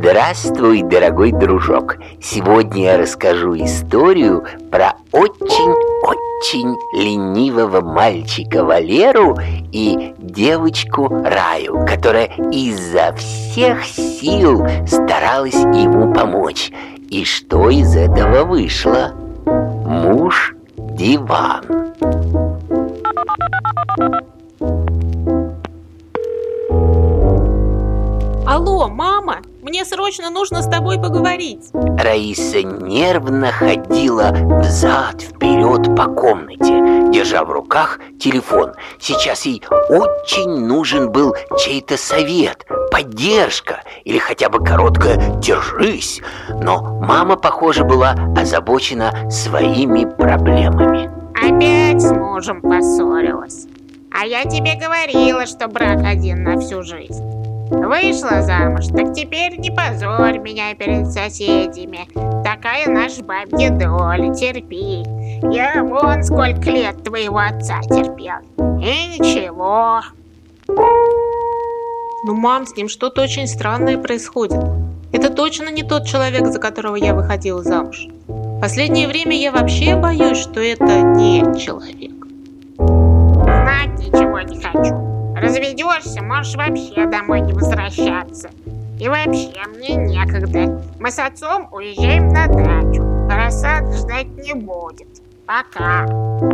Здравствуй, дорогой дружок. Сегодня я расскажу историю про очень ленивого мальчика Валеру и девочку Раю, которая изо всех сил старалась ему помочь. И что из этого вышло? Муж-диван. Алло, мама, мне срочно нужно с тобой поговорить. Раиса нервно ходила взад-вперед по комнате, держа в руках телефон. Сейчас ей очень нужен был чей-то совет, поддержка или хотя бы короткое «держись». Но мама, похоже, была озабочена своими проблемами. Опять с мужем поссорилась. А я тебе говорила, что брак один на всю жизнь. Вышла замуж, так теперь не позорь меня перед соседями. Такая наша бабья доля, терпи. Я вон сколько лет твоего отца терпел. И ничего. Ну, мам, с ним что-то очень странное происходит. Это точно не тот человек, за которого я выходила замуж. В последнее время я вообще боюсь, что это не человек. Знать ничего не хочу. Разведешься, можешь вообще домой не возвращаться. И вообще, мне некогда. Мы с отцом уезжаем на дачу. Рассад ждать не будет. Пока.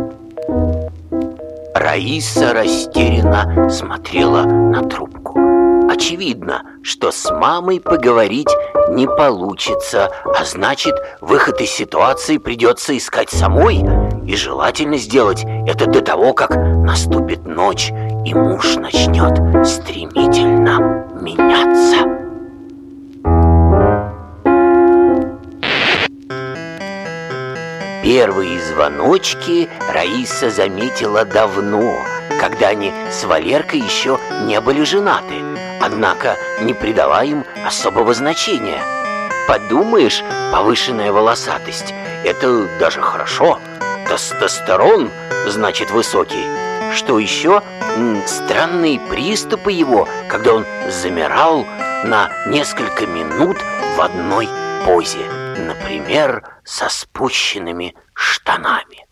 Раиса растерянно смотрела на трубку. Очевидно, что с мамой поговорить не получится, а значит, выход из ситуации придется искать самой. И желательно сделать это до того, как наступит ночь, и муж начнет стремительно меняться. Первые звоночки Раиса заметила давно, когда они с Валеркой еще не были женаты, однако не придала им особого значения. Подумаешь, повышенная волосатость – это даже хорошо. Тестостерон, значит, высокий. Что еще? Странные приступы его, когда он замирал на несколько минут в одной позе. Например, со спущенными штанами.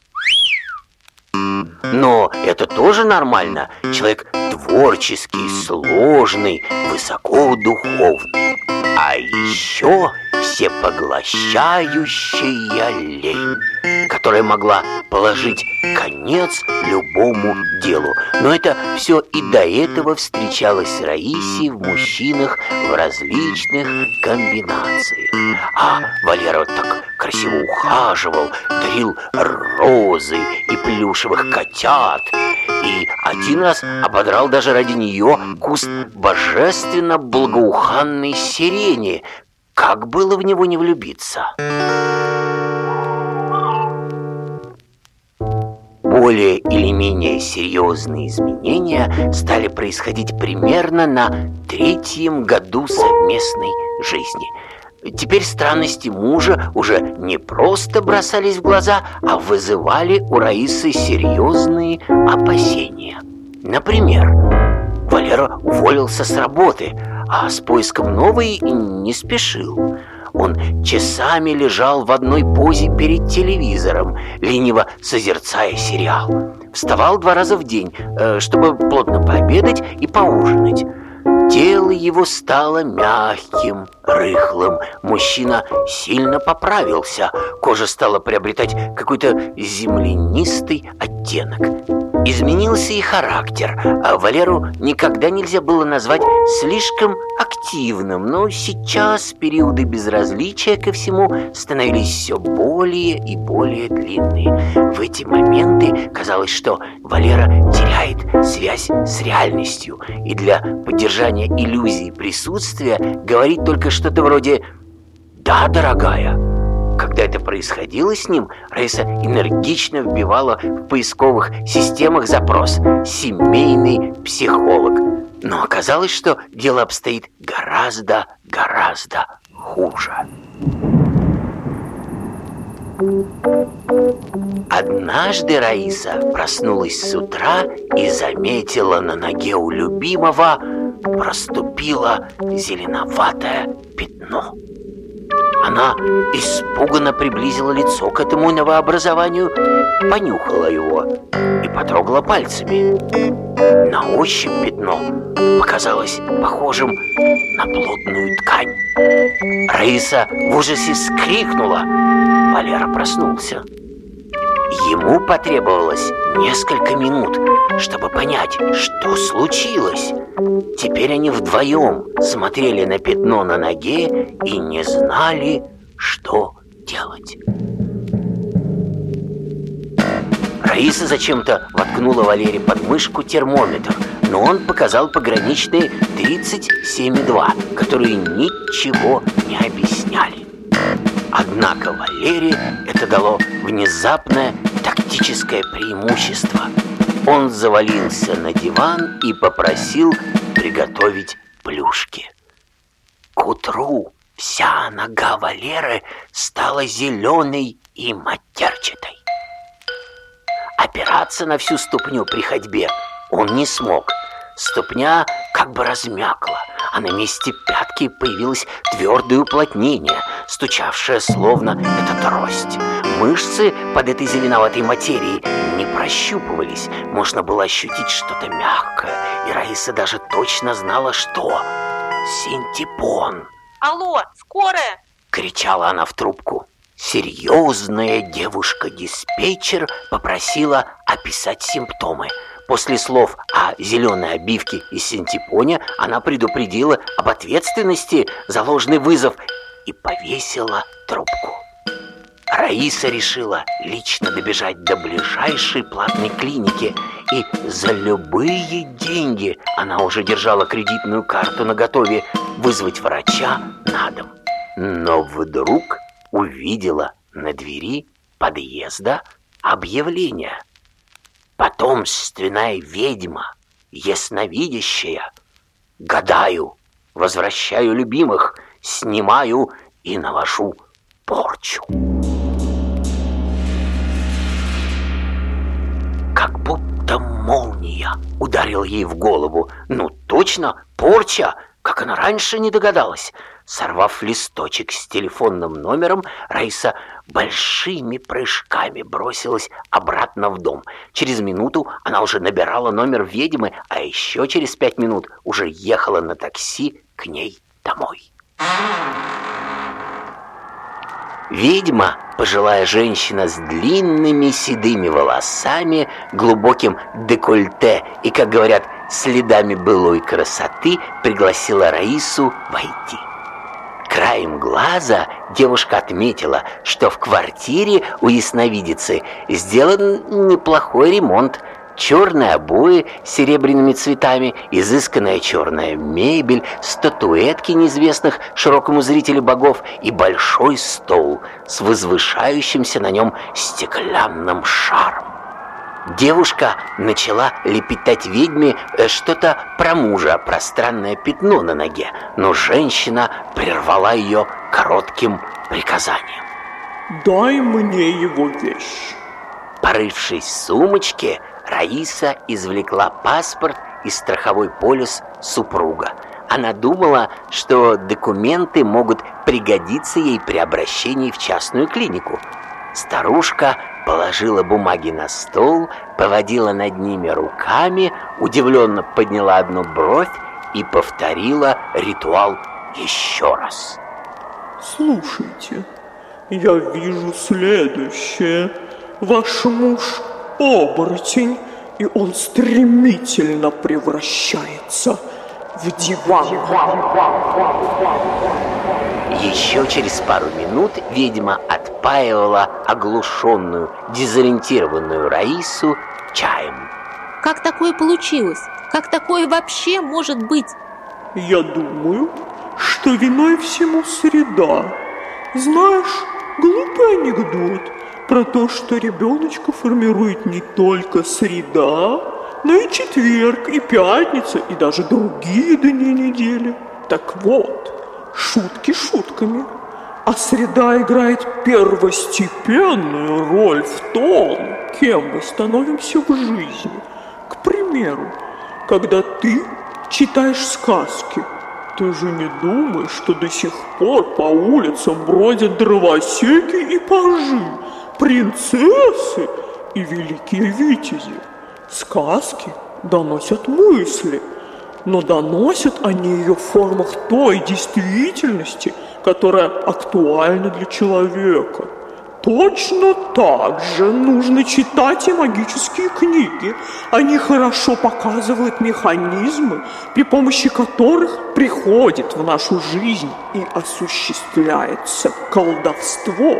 Но это тоже нормально. Человек творческий, сложный, высокодуховный. А еще всепоглощающая лень, которая могла положить конец любому делу. Но это все и до этого встречалось Раисе в мужчинах в различных комбинациях. А Валера вот так красиво ухаживал, дарил розы и плюшевых котят. И один раз ободрал даже ради нее куст божественно благоуханной сирени. Как было в него не влюбиться? Более или менее серьезные изменения стали происходить примерно на 3-м году совместной жизни. Теперь странности мужа уже не просто бросались в глаза, а вызывали у Раисы серьезные опасения. Например, Валера уволился с работы, а с поиском новой не спешил. Он часами лежал в одной позе перед телевизором, лениво созерцая сериал. Вставал 2 раза в день, чтобы плотно пообедать и поужинать. Тело его стало мягким, рыхлым. Мужчина сильно поправился. Кожа стала приобретать какой-то землянистый оттенок. Изменился и характер. А Валеру никогда нельзя было назвать слишком активным. Но сейчас периоды безразличия ко всему становились все более и более длинные. В эти моменты казалось, что Валера теряет связь с реальностью. И для поддержания иллюзии присутствия говорит только что-то вроде «Да, дорогая». Когда это происходило с ним, Раиса энергично вбивала в поисковых системах запрос «семейный психолог». Но оказалось, что дело обстоит гораздо хуже. Однажды Раиса проснулась с утра и заметила на ноге у любимого проступило зеленоватое пятно. Она испуганно приблизила лицо к этому новообразованию, понюхала его и потрогала пальцами. На ощупь пятно показалось похожим на плотную ткань. Раиса в ужасе вскрикнула. Валера проснулся. Ему потребовалось несколько минут, чтобы понять, что случилось. Теперь они вдвоем смотрели на пятно на ноге и не знали, что делать. Раиса зачем-то воткнула Валере под мышку термометр, но он показал пограничные 37,2, которые ничего не объясняли. Однако Валере это дало внезапное тактическое преимущество. Он завалился на диван и попросил приготовить плюшки. К утру вся нога Валеры стала зеленой и матерчатой. Опираться на всю ступню при ходьбе он не смог. Ступня как бы размякла, а на месте пятки появилось твердое уплотнение, стучавшее словно это трость. Мышцы под этой зеленоватой материей не прощупывались, можно было ощутить что-то мягкое, и Раиса даже точно знала, что синтепон. «Алло, скорая!» — кричала она в трубку. Серьезная девушка-диспетчер попросила описать симптомы. После слов о зеленой обивке и синтепоне она предупредила об ответственности за ложный вызов и повесила трубку. Раиса решила лично добежать до ближайшей платной клиники, и за любые деньги, она уже держала кредитную карту наготове, вызвать врача на дом. Но вдруг увидела на двери подъезда объявление: «Потомственная ведьма, ясновидящая. Гадаю, возвращаю любимых, снимаю и навожу порчу». Как будто молния ударила ей в голову. Ну точно, порча, как она раньше не догадалась. Сорвав листочек с телефонным номером, Раиса большими прыжками бросилась обратно в дом. Через минуту она уже набирала номер ведьмы, а еще через 5 минут уже ехала на такси к ней домой. Ведьма, пожилая женщина с длинными седыми волосами, глубоким декольте и, как говорят, следами былой красоты, пригласила Раису войти. Краем глаза девушка отметила, что в квартире у ясновидицы сделан неплохой ремонт. Черные обои с серебряными цветами, изысканная черная мебель, статуэтки неизвестных широкому зрителю богов и большой стол с возвышающимся на нем стеклянным шаром. Девушка начала лепетать ведьме что-то про мужа, про странное пятно на ноге, но женщина прервала ее коротким приказанием: «Дай мне его вещь». Порывшись в сумочке, Раиса извлекла паспорт и страховой полис супруга. Она думала, что документы могут пригодиться ей при обращении в частную клинику. Старушка положила бумаги на стол, поводила над ними руками, удивленно подняла одну бровь и повторила ритуал еще раз. «Слушайте, я вижу следующее. Ваш муж оборотень, и он стремительно превращается в диван». Еще через пару минут ведьма отпаивала оглушенную, дезориентированную Раису чаем. Как такое получилось? Как такое вообще может быть? Я думаю, что виной всему среда. Знаешь, глупый анекдот про то, что ребеночка формирует не только среда, но и четверг, и пятница, и даже другие дни недели. Так вот, шутки шутками, а среда играет первостепенную роль в том, кем мы становимся в жизни. К примеру, когда ты читаешь сказки. Ты же не думаешь, что до сих пор по улицам бродят дровосеки и пажи, принцессы и великие витязи? Сказки доносят мысли, но доносят они ее в формах той действительности, которая актуальна для человека. Точно так же нужно читать и магические книги. Они хорошо показывают механизмы, при помощи которых приходит в нашу жизнь и осуществляется колдовство.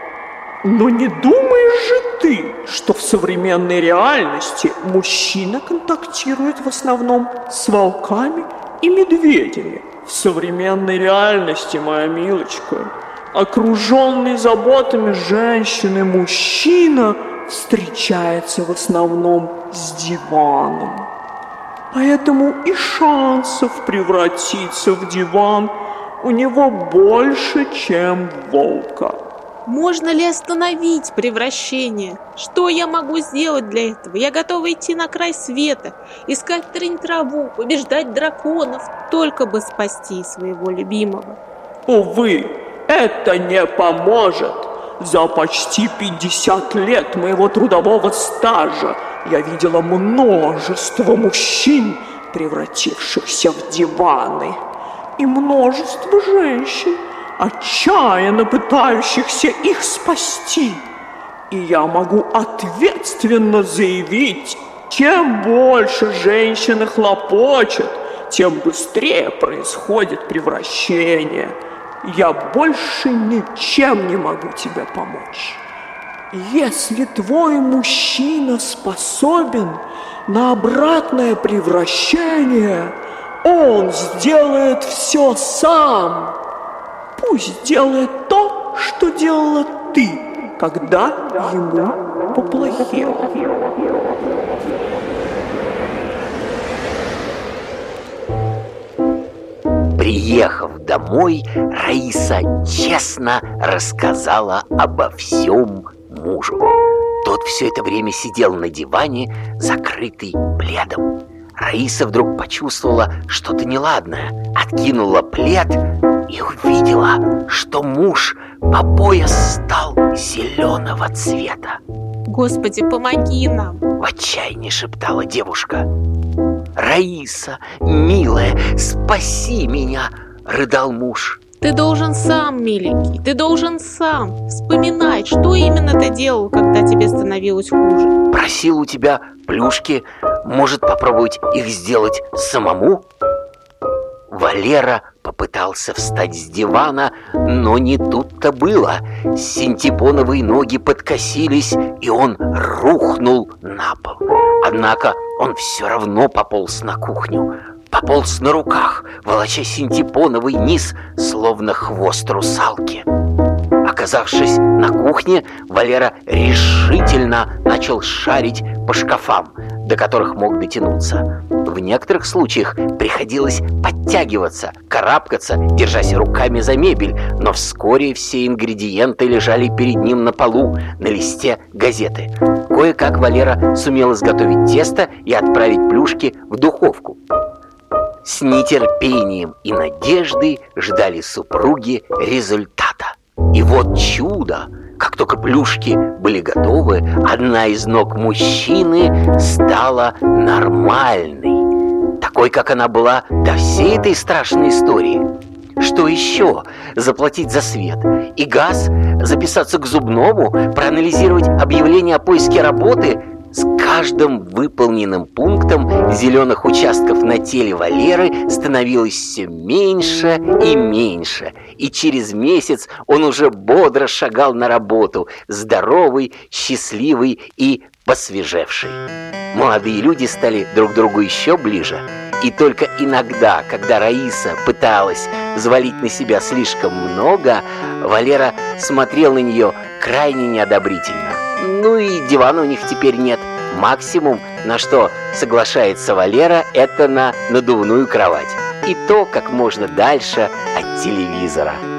Но не думаешь же ты, что в современной реальности мужчина контактирует в основном с волками и медведями? В современной реальности, моя милочка, окруженный заботами женщины мужчина встречается в основном с диваном. Поэтому и шансов превратиться в диван у него больше, чем волка. Можно ли остановить превращение? Что я могу сделать для этого? Я готова идти на край света, искать трынь-траву, побеждать драконов, только бы спасти своего любимого. Увы, это не поможет. За почти 50 лет моего трудового стажа я видела множество мужчин, превратившихся в диваны, и множество женщин, отчаянно пытающихся их спасти. И я могу ответственно заявить, чем больше женщины хлопочет, тем быстрее происходит превращение. Я больше ничем не могу тебе помочь. Если твой мужчина способен на обратное превращение, он сделает все сам. Пусть делает то, что делала ты, когда ему поплохело. Приехав домой, Раиса честно рассказала обо всем мужу. Тот все это время сидел на диване, закрытый пледом. Раиса вдруг почувствовала что-то неладное, откинула плед и увидела, что муж по пояс стал зеленого цвета. Господи, помоги нам! В отчаянии шептала девушка. «Раиса, милая, спаси меня!» — рыдал муж. Ты должен сам, миленький, ты должен сам вспоминать, что именно ты делал, когда тебе становилось хуже. Просил у тебя плюшки, может попробовать их сделать самому? Валера попытался встать с дивана, но не тут-то было. Синтепоновые ноги подкосились, и он рухнул на пол. Однако он все равно пополз на кухню. Пополз на руках, волоча синтепоновый низ, словно хвост русалки. Оказавшись на кухне, Валера решительно начал шарить по шкафам, до которых мог дотянуться. В некоторых случаях приходилось подтягиваться, карабкаться, держась руками за мебель, но вскоре все ингредиенты лежали перед ним на полу, на листе газеты. Кое-как Валера сумел изготовить тесто и отправить плюшки в духовку. С нетерпением и надеждой ждали супруги результата. И вот чудо! Как только плюшки были готовы, одна из ног мужчины стала нормальной, такой, как она была до всей этой страшной истории. Что еще? Заплатить за свет и газ, записаться к зубному, проанализировать объявление о поиске работы? С каждым выполненным пунктом зеленых участков на теле Валеры становилось все меньше и меньше. И через месяц он уже бодро шагал на работу, здоровый, счастливый и посвежевший. Молодые люди стали друг другу еще ближе. И только иногда, когда Раиса пыталась взвалить на себя слишком много, Валера смотрел на нее крайне неодобрительно. Ну и дивана у них теперь нет. Максимум, на что соглашается Валера, это на надувную кровать. И то как можно дальше от телевизора.